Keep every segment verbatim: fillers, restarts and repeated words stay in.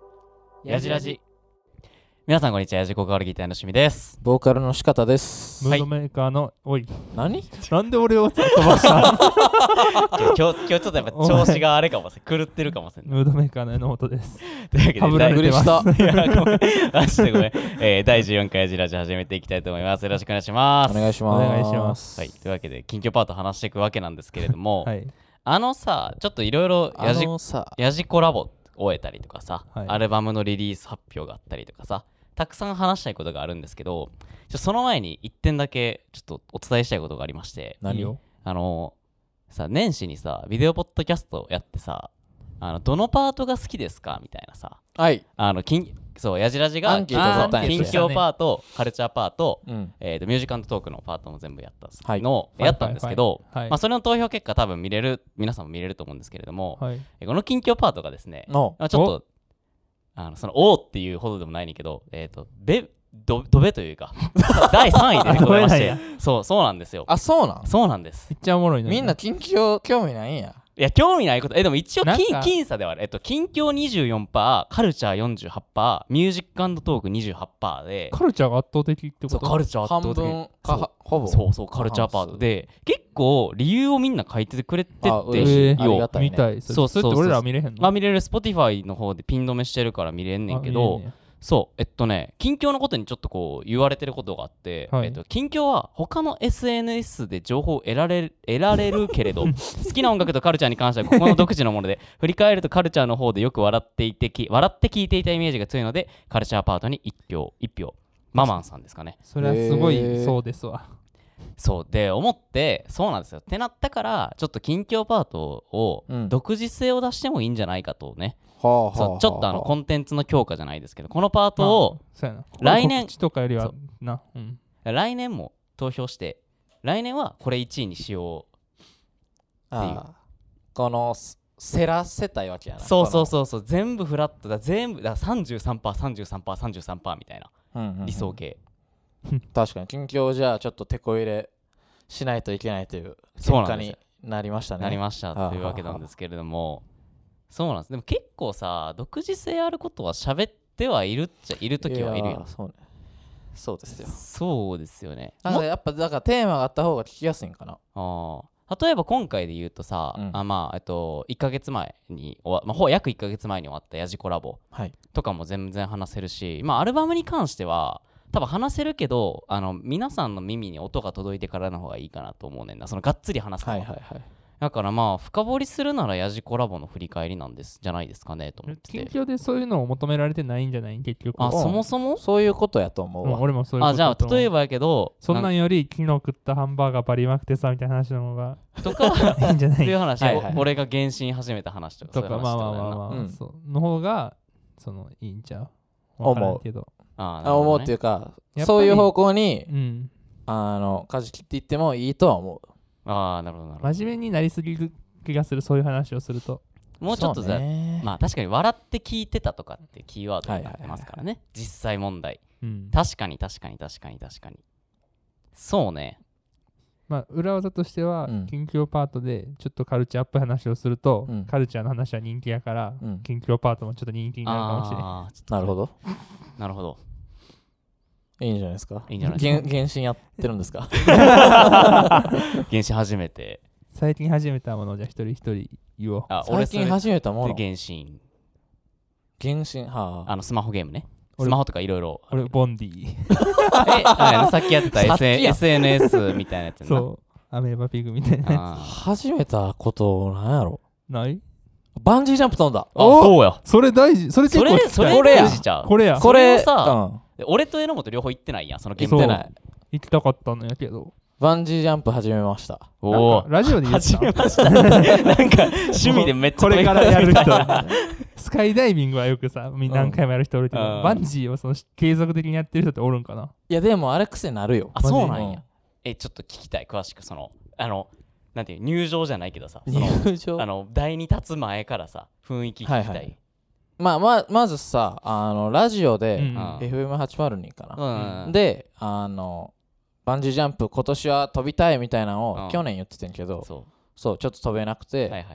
やじらじ。皆さんこんにちは。やじこかわるギターのしみです。 ボーカルの仕方です。 ムードメーカーの、おい何なんで俺を飛ばした今日、今日ちょっとやっぱ調子があれかもしれん狂ってるかもしれんムードメーカーの榎本です。 というわけではぶられてます。 いやごめんマジでごめん、えー、だいじゅうよんかいやじラジ始めていきたいと思います。よろしくお願いします。 お願いします。 お願いします。 はい、というわけで近況パート話していくわけなんですけれども、 はい、 あのさちょっといろいろあのさやじコラボ終えたりとかさ、 はい、 アルバムのリリース発表があったりとかさ、たくさん話したいことがあるんですけど、ちょその前にいってんだけちょっとお伝えしたいことがありまして。 何よ。 あのさ年始にさビデオポッドキャストやってさ、あのどのパートが好きですかみたいなさ、 はいあの近そうやじらじがアンケート取ったんや近況パート、カルチャーパート、 うんえー、とミュージカルトークのパートも全部やったはいのをやったんですけど、 はいはいはいまあ、それの投票結果多分見れる皆さんも見れると思うんですけれども、 はい、 えーこの近況パートがですね、 のまあ、ちょっとあのそのおーっていうほどでもないねんけど、えっ、ー、とべどどべというかだいさんいで出てこられましてそうそうなんですよ。 あ、そうなんそうなんです。 めっちゃおもろいのみんな近況興味ないんや。 いや興味ないこと、えでも一応なんか僅僅差ではある。えっと近況 にじゅうよんパーセント、カルチャー よんじゅうはちパーセント、ミュージック&トーク にじゅうはちパーセント で、 カルチャーが圧倒的ってこと。 そうカルチャー圧半倒的に分かはほぼそうそうカルチャーパートで結構理由をみんな書いてくれてってあ嬉しいえーありがたいね見たい。 そうそうそうそれって俺らは見れへんの。 あ見れる Spotify の方でピン止めしてるから見れんねんけど、そうえっとね近況のことにちょっとこう言われてることがあって、 はいえっと、近況は他の エスエヌエス で情報を得られる得られるけれど好きな音楽とカルチャーに関してはここの独自のもので振り返るとカルチャーの方でよく笑っていてき笑って聞いていたイメージが強いのでカルチャーパートにいち票いち票ママンさんですかね。 それはすごいへーそうですわ。 そうで思ってそうなんですよってなったからちょっと近況パートをうん独自性を出してもいいんじゃないかとね、 はあはあそうちょっとあのコンテンツの強化じゃないですけどこのパートを、 まあそうやな。 来年告知とかよりはそうな、うん、 来年も投票して来年はこれいちいにしよっていうああこのすせらせたいわけやな。 うそうそうう、 そうそう全部フラットだ全部だ さんじゅうさんパーセント、さんじゅうさんパーセント、さんじゅうさんパーセント みたいなうんうんうん理想形、 確かに近況じゃあちょっとテこ入れしないといけないというそう結果になんですよなりましたね。 なりましたというわけなんですけれども、そうなんです。でも結構さ独自性あることは喋ってはいるっちゃいるときはいるよ。 やそうね。そうですよ。 そうですよね。 なんかやっぱだからテーマがあった方が聞きやすいんかな。 あ例えば今回で言うとさ、 うんあまあえっといっかげつまえに終わ、まあ、ほ約いっかげつまえに終わったやじコラボはい。 とかも全然話せるし、まあアルバムに関しては多分話せるけどあの皆さんの耳に音が届いてからの方がいいかなと思うねんな、そのがっつり話すのは、 はいはいはい。 だからまあ深掘りするならやじコラボの振り返りなんですじゃないですかねと思って近て、 況でそういうのを求められてないんじゃない結局。 あうんそもそもそういうことやと思ううんわ。 俺もそういうことあじゃだと思うあ例えばやけどそんなんより昨日食ったハンバーガーバリまくてさみたいな話の方がとかいいんじゃないっていう話、 はいはいお俺が原神始めた話とかとそういう話かまあまあとかだよなまあまあ、 うんそうの方がそのいいんちゃうわからんけどああ思うってういうか、 やっぱりそういう方向にうんあの舵切っていってもいいとは思う。 ああなるほどなるほど。 真面目になりすぎる気がするそういう話をするともうちょっとさ、 ねまあ確かに笑って聞いてたとかってキーワードになってますからね、実際問題。 うん確かに確かに確かに確かにそうね。 まあ裏技としては、 うん近況パートでちょっとカルチャーアップ話をすると、 うんカルチャーの話は人気やから、 うん近況パートもちょっと人気になるかもしれないあーちょっとなるほど。 なるほどいいんじゃないですか。 いいんじゃないですか。 原原神やってるんですか。 原始初めて最近始めたものをじゃあ一人一人言おうあ俺それ最近始めたもの。 で原神原神はあ。 あのスマホゲームね、 俺スマホとかいろいろ俺ボンディえあさっきやってたさっきエスエヌやんエスエヌエス みたいなやつやんなそうアメーバピグみたいなやあー始めたことなんやろ。 つないバンジージャンプ飛んだ。 あそうやそれ大事それ結それ構聞きたいそれこれや大事ちゃうこれやこれそれをさうんで俺と榎本両方行ってないやんそのゲーム行ってない。 行きたかったんやけどバンジージャンプ始めました。 おなんおかラジオで言って始めたましたなんか趣味でめっちゃこれからやる人あスカイダイビングはよくさみ何回もやる人おるけど、 うんバンジーをその継続的にやってる人っておるんかないやでもあれ癖なるよ。 そうなんやうんえちょっと聞きたい詳しくそのあのなんていう入場じゃないけどさその入場あの台に立つ前からさ雰囲気聞きたい、 はいはいまあままずさあのラジオで、 うんあエフエムはちまるに かな、 うん、 であのバンジージャンプ今年は飛びたいみたいなのうんを去年言ってたんけど、 そそうちょっと飛べなくて、 うはいはいはい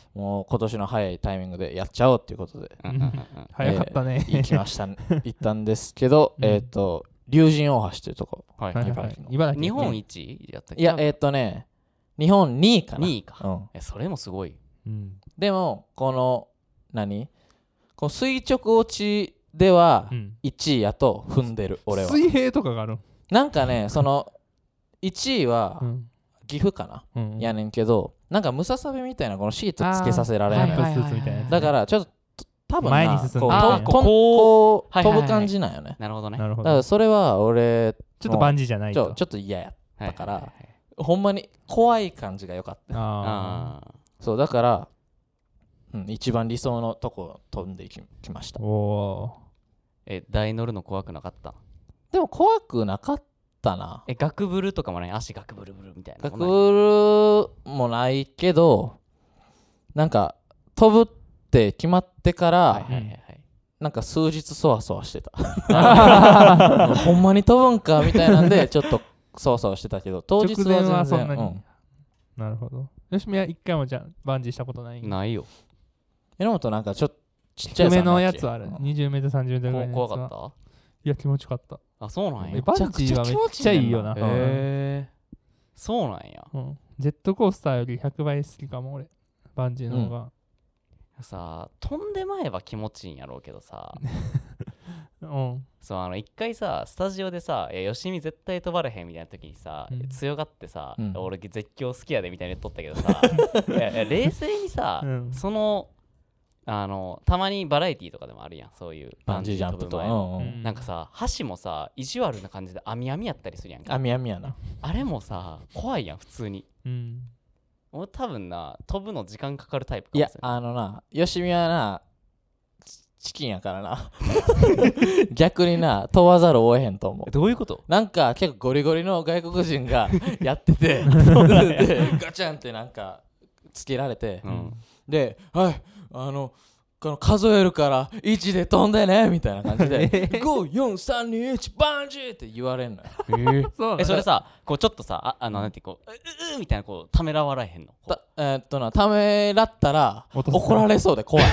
もう今年の早いタイミングでやっちゃおうっていうことでうんうんうんうん早かったね。 行きました行ったんですけど、 うんえっと龍神大橋というとこはいはいはい茨城の茨城日本一やったっけいやえっとね日本にいかなにいかうんえそれもすごいうんでもこの何この垂直落ちではうんいちいやと踏んでる俺は水平とかがあるんなんかねそのいちいはうん岐阜かな、 うんやねんけどなんかムササビみたいなこのシートつけさせられない、 あーはいはいはいはいだからちょっと多分な前に進んでこうるととんあーこうこうはいはいはい飛ぶ感じなんよねなるほどねなるほどだからそれは俺ちょっとバンジーじゃないとちょちょっと嫌やだからはいはいはいはいほんまに怖い感じが良かったああそうだから、うん、一番理想のとこ飛んでききましたーおーえ台乗るの怖くなかったでも怖くなかったなえガクブルとかもね足ガクブルブルみたいなガクのもないブルもないけどなんか飛ぶって決まってから、 はいはいはいはいなんか数日そわそわしてたほんまに飛ぶんかみたいなんでちょっとそわそわしてたけど当日は全然直前はそんなにうん、 ーなるほどよしみは一回もじゃあバンジーしたことないないよ榎本なんかちょっとちっちゃい低めのさんだっけやつはあるにじゅうメートルさんじゅうメートルぐらいのやつはこ怖かっいや気持ちよかったたあそうなんやえバンジーはめっちゃいいよなめちゃくちゃ気持ちいいねんなへえそうなんやうんジェットコースターよりひゃくばい好きかも俺バンジーの方がさ飛んでまえば気持ちいいんやろうけどさうんそうあの一回さスタジオでさ「いやよしみ絶対飛ばれへん」みたいな時にさ、 うん強がってさ、 うん俺絶叫好きやでみたいに言っとったけどさいやいや冷静にさ、 うんそのあのたまにバラエティーとかでもあるやんそういうバンジージャンプと飛ぶ前のうんうんうんなんかさ箸もさ意地悪な感じで網網やったりするやんかあみやみやなあれもさ怖いやん普通にうん俺多分な飛ぶの時間かかるタイプかいやもしれないあのなよしみはなチチキンやからな逆にな問わざるを得へんと思うどういうことなんか結構ゴリゴリの外国人がやっててでガチャンってなんかつけられて、 うんで「はいあのこの数えるからいちで飛んでね」みたいな感じで「ごよんさんにいちバンジー!」って言われんのよそうなんだえそれさこうちょっとさああのなんていうこううううみたいなこうためらわらへんのこうたえーっとなためらったら落とす怒られそうで怖い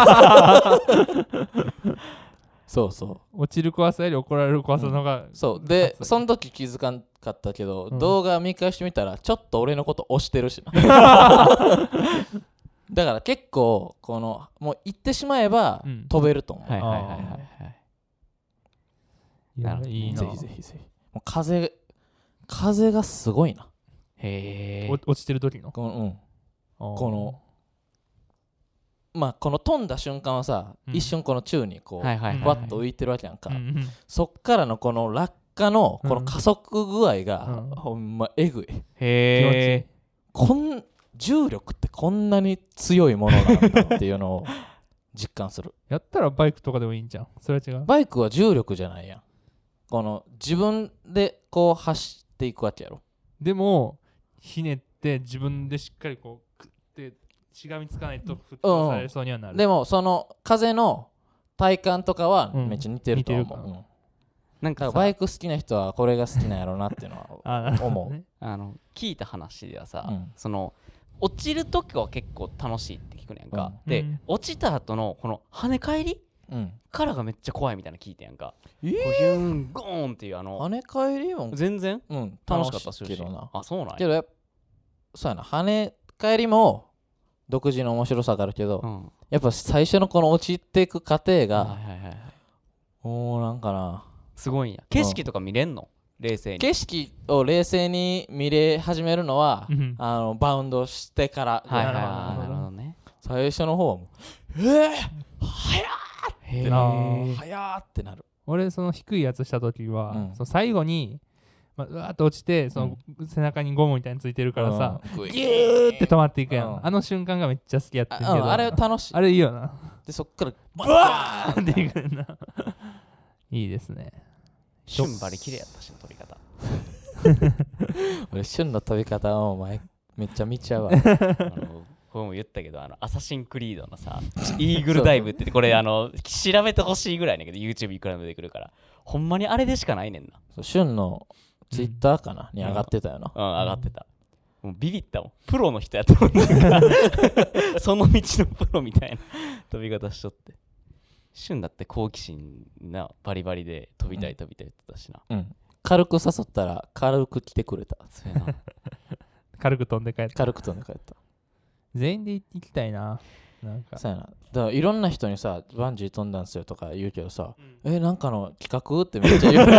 そうそう落ちる怖さより怒られる怖さの方がそうで勝つその時気づかんかったけど、 うん動画見返してみたらちょっと俺のこと押してるしなだから結構このもう行ってしまえばうん飛べると思う、 はいはいはいはいはいいやなるほどいいなぜひぜひぜひもう風風がすごいなへえお落ちてる時のこのうんここのまあこの飛んだ瞬間はさ、 うん一瞬この宙にこう、 はいはいはいふわっと浮いてるわけやんか、 うんうんそっからのこの落下のこの加速具合が、 うんほんまえぐい気持ちいいへえこん重力ってこんなに強いものなんだっていうのを実感するやったらバイクとかでもいいんじゃんそれは違うバイクは重力じゃないやんこの自分でこう走っていくわけやろでもひねって自分でしっかりこうくってしがみつかないと沸騰されそうにはなる、 でもその風の体感とかはうんめっちゃ似てると思う、 似てるかうんなんかさだからバイク好きな人はこれが好きなんやろうなっていうのはあなるほど思うねあの聞いた話ではさ、 うんその落ちるときは結構楽しいって聞くねやんか、で、 うんうん落ちた後のこの跳ね返りうんからがめっちゃ怖いみたいなの聞いてやんか、 えーこうヒューンゴーンっていうあの跳ね返りも全然うん楽しかったしけどなあそうなんやけどやっぱそうやな跳ね返りも独自の面白さがあるけど、 うんやっぱ最初のこの落ちていく過程はいが、 はいはいはいおーなんかなすごいんや景色とか見れんの冷静に景色を冷静に見れ始めるのは、 うんあのバウンドしてから、 はいはいなるほどはいなるほどね最初の方はもうえー、早っへってあなーる早っってなる俺その低いやつした時は、 うんその最後に、まあ、うわーっと落ちてその背中にゴムみたいについてるからさ、 うんグイギューって止まっていくやん、 うんあの瞬間がめっちゃ好きやったあけどうんあれ楽しいあれいいよなでそっからブワーンっていくねんないいですね瞬バリ綺麗やったし撮り方俺旬の飛び方はお前めっちゃ見ちゃうわあのこれも言ったけどあのアサシンクリードのさイーグルダイブって言ってこれあの調べてほしいぐらいだけど YouTube いくらでも出てくるからほんまにあれでしかないねんなそう旬のツイッターかな、に上がってたよな、 うん上がってたもうビビったもん。プロの人やと思ってからその道のプロみたいな飛び方しとって。旬だって好奇心なバリバリで飛びたい飛びたいって言ってたしな。 うん。軽く誘ったら軽く来てくれた。 そうやな。 軽く飛んで帰った。 軽く飛んで帰った。 全員で行きたいな。なんか。 そうやな。だからいろんな人にさ、バンジー飛んだんすよとか言うけどさ、うん、え、なんかの企画ってめっちゃ言う。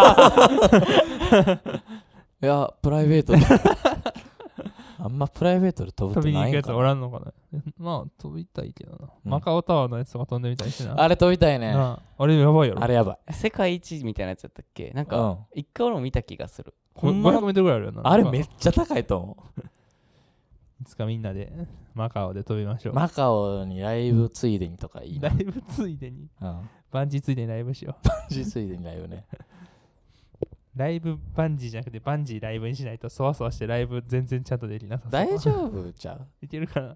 いや、プライベートで。あんまプライベートで飛ぶってないんかな。飛びに行くやつおらんのかな。まあ、飛びたいけどな。うん、マカオタワーのやつとか飛んでみたいしな。 あれ飛びたいね。 あれやばいやろ。 あれやばい。 世界一みたいなやつやったっけなんか、一、うん、回俺も見た気がする。 ほんまごひゃくメートルぐらいあるよな。 あれめっちゃ高いと思う。 いつかみんなでマカオで飛びましょう。 マカオにライブついでにとかいいな。 ライブついでに、うん、バンジーついでにライブしよう。 バンジーついでにライブね。 ライブバンジーじゃなくてバンジーライブにしないとそわそわしてライブ全然ちゃんとできなさそう。 大丈夫ちゃういけるかな。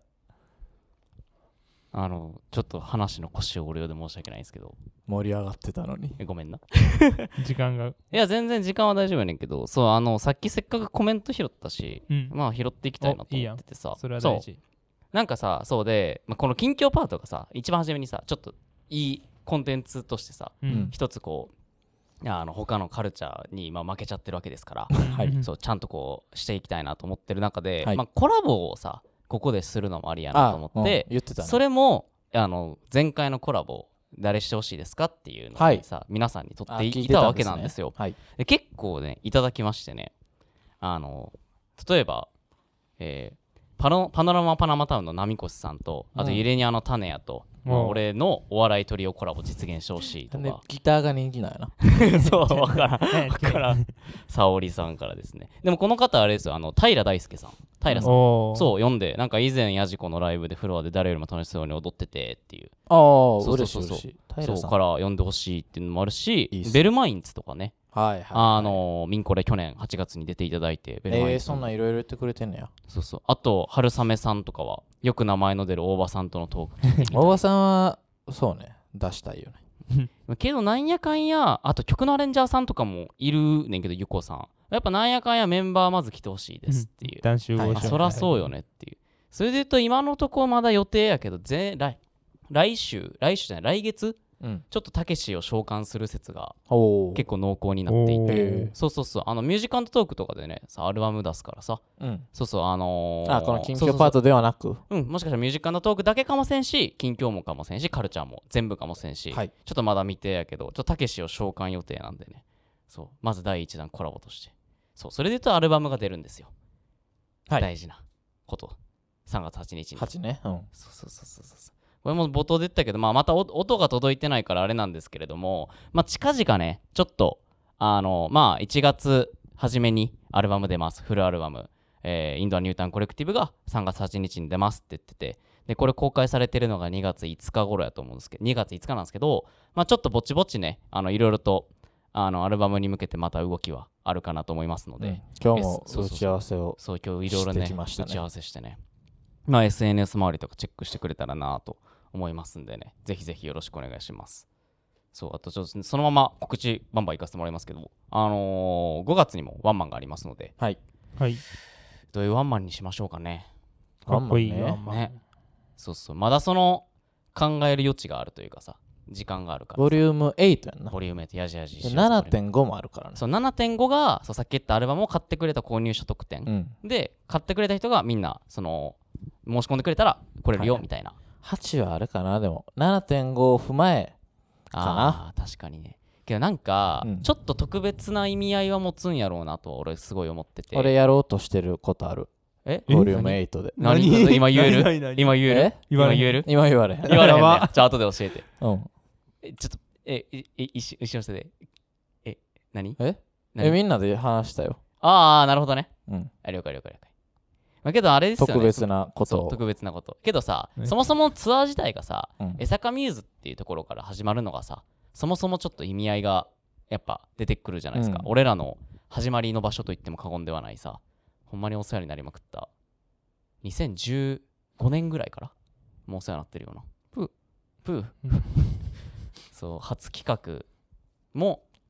あのちょっと話の腰を折るようで申し訳ないんですけど、 盛り上がってたのにごめんな時間が。 いや全然時間は大丈夫やねんけど、そうあのさっきせっかくコメント拾ったし、うん、まあ拾っていきたいなと思っててさ。 いいそれは大事。 なんかさ、そうで、まあ、この近況パートがさ一番初めにさちょっといいコンテンツとしてさ、うん、一つこうあの他のカルチャーにまあ負けちゃってるわけですから、はい、そうちゃんとこうしていきたいなと思ってる中で、はい、まあ、コラボをさここでするのもありやなと思って、 言ってたね、 それもあの前回のコラボ誰してほしいですかっていうのをさ、はい、皆さんにとっていたわけなんですよ。 はい、 で結構ねいただきましてね、あの例えば、えー、パノパノラマパナマタウンの波越さんと、あとユレニアの種屋と、うん、まあ、俺のお笑いトリオコラボ実現してほしいとか。 ギターが人気なんやなそうわからんわからん沙織さんからですね。でもこの方あれですよ、あの平大輔さん平さん、うん、そう読んで、なんか以前ヤジコのライブでフロアで誰よりも楽しそうに踊っててっていう、 ああそうそうそうそう、そうそうから呼んでほしいっていうのもあるし、いいベルマインツとかね、 はいはいはい、 あのミンコレ去年はちがつに出ていただいて、ベルマインツ、 えー、そんなんいろいろ言ってくれてんねや。 そうそう、あと春雨さんとかはよく名前の出る大場さんとのトーク大場さんはそうね出したいよねけどなんやかんや、あと曲のアレンジャーさんとかもいるねんけど、ゆこさんやっぱなんやかんやメンバーまず来てほしいですっていう、 男集合し、そらそうよねっていう。それで言うと今のところまだ予定やけど、ぜ来来週来週じゃない来月、うん、ちょっとたけしを召喚する説が結構濃厚になっていて、そうそうそう、あのミュージカルトークとかでねさアルバム出すからさ、うん、そうそう、あのー、 あこの近況パートではなく、 そうそうそう、うん、もしかしたらミュージカルトークだけかもせんし、近況もかもせんし、カルチャーも全部かもせんし、はい、ちょっとまだ未定やけど、ちょっとたけしを召喚予定なんでね、そうまずだいいちだんコラボとして、そうそれで言うとアルバムが出るんですよ、はい、大事なことさんがつはちにちにはちね、うん、 そうそうそうそうそう、これも冒頭で言ったけど、まあ、また音が届いてないからあれなんですけれども、まあ、近々ねちょっとあのまあいちがつ初めにアルバム出ます、フルアルバム、えー、インドアニュータンコレクティブがさんがつはちにちに出ますって言ってて、でこれ公開されてるのがにがついつか頃やと思うんですけど、にがついつかなんですけど、まあ、ちょっとぼちぼちねあのいろいろとあのアルバムに向けてまた動きはあるかなと思いますので、うん、 今日も打ち合わせをそう今日いろいろね打ち合わせしてね、まあ エスエヌエス 周りとかチェックしてくれたらなと思いますんでね、ぜひぜひよろしくお願いします。そうあとちょっとそのまま告知バンバン行かせてもらいますけど、あのー、ごがつにもワンマンがありますので、 はいはい、 どういうワンマンにしましょうかね。 かっこいいワンマンね、そうそう、まだその考える余地があるというかさ、時間があるから。 ボリュームはちやんな。 ボリュームはちやじやじななてんご もあるからね。 そう ななてんご がそうさっき言ったアルバムを買ってくれた購入者特典、うん、で買ってくれた人がみんなその申し込んでくれたら来れるよみたいな、はい、 はちはあれかな、でも ななてんご を踏まえかな。 あ確かにね。けどなんか、うん、ちょっと特別な意味合いは持つんやろうなと俺すごい思ってて。 俺やろうとしてることある。 えボリュームはちで。 何今言える今言える今言える今言われへん。 言われへんね。じゃあ後で教えて。 うん。 えちょっとえいい一瞬してでえ何ええみんなで話したよ。 ああなるほどね。 うん。 あ了解了解了解。まあ、けどあれですよね。 特別なことを。特別なこと。けどさ、そもそもツアー自体がさ、うん、江坂ミューズっていうところから始まるのがさ、そもそもちょっと意味合いがやっぱ出てくるじゃないですか。うん、俺らの始まりの場所と言っても過言ではないさ、ほんまにお世話になりまくったにせんじゅうごねんぐらいからもうお世話になってるような。 プー。 プー。そう、初企画も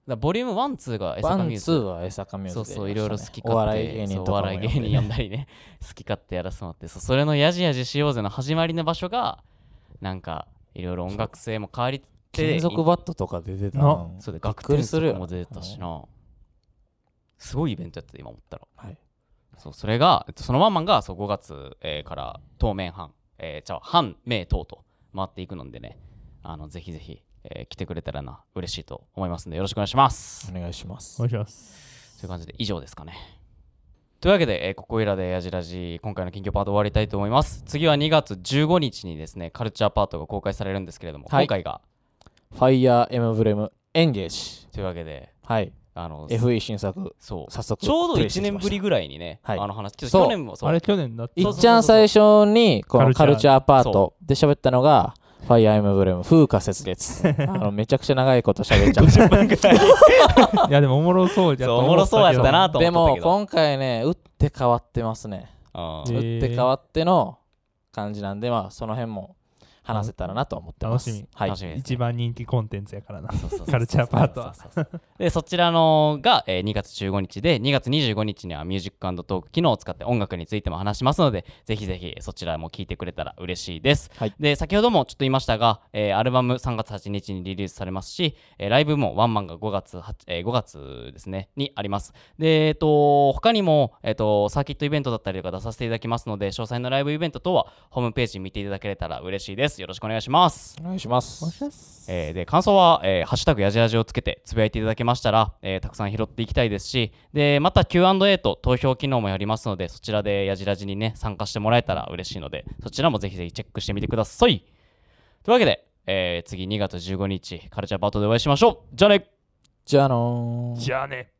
らボリュームワン、ツーが江ワン、 坂ミューズ。 ツーは江坂ミューズでそうそう、いろいろ好き勝手。 お笑い芸人とかもそうお笑い芸人呼んだりね、好き勝手やらせてもらって、そうそれのやじやじしようぜの始まりの場所が、なんか、いろいろ音楽性も変わりて、 金属バットとか出てたなな。 そうで、 びっ楽天くりするよとかも出てたしな。すごいイベントやった、今思ったら。 はい。 そう、それが、えっと、そのワンマンがそうごがつ、えーから当面半、えー、じゃあ半、明、東と回っていくのでね、あの、ぜひぜひ、えー来てくれたらな、嬉しいと思いますので、よろしくお願いします。 お願いしますお。願いします。 という感じで以上ですかね。というわけで、えーここいらでやじらじ、今回の近況パート終わりたいと思います。次はにがつじゅうごにちにですね、カルチャーパートが公開されるんですけれども、 はい今回が、 ファイヤーエムブレムエンゲージ。 というわけで、 はい。 あの、 エフイー 新作、 そう、 早速。 ちょうどいちねんぶりぐらいにね、 はいあの話、ちょっとそう去年もそう、 あれ去年だっていそうそうっちゃん最初にこのカカルチャールチャーパートで喋ったのがファイアーエムブレム風化雪月あのめちゃくちゃ長いこと喋っちゃったいやでもおもろそうじゃそうおもろそうやったなとでも思ったけど。 今回ね打って変わってますねうんえー打って変わっての感じなんでまあその辺も話せたらなと思ってます楽しみはい楽しみですね一番人気コンテンツやからな。 そうそうそうそうカルチャーパートはそうそうそうでそちらのが、えーにがつじゅうごにちでにがつにじゅうごにちにはミュージック&トーク機能を使って音楽についても話しますのでぜひぜひそちらも聞いてくれたら嬉しいです、 はいで先ほどもちょっと言いましたが、えーアルバムさんがつはちにちにリリースされますし、えーライブもワンマンがごがつ、えーごがつですねにありますでえっと他にも、えっとサーキットイベントだったりとか出させていただきますので詳細のライブイベント等はホームページ見ていただけたら嬉しいですよろしくお願いしますお願いしますお願いします。 えーで感想は、えーハッシュタグやじやじをつけてつぶやいていただけましたら、えーたくさん拾っていきたいですしでまた キューアンドエー と投票機能もやりますのでそちらでやじらじにね参加してもらえたら嬉しいのでそちらもぜひぜひチェックしてみてくださいというわけで、えー次にがつじゅうごにちカルチャーパートでお会いしましょうじゃあねじゃあのーじゃあね。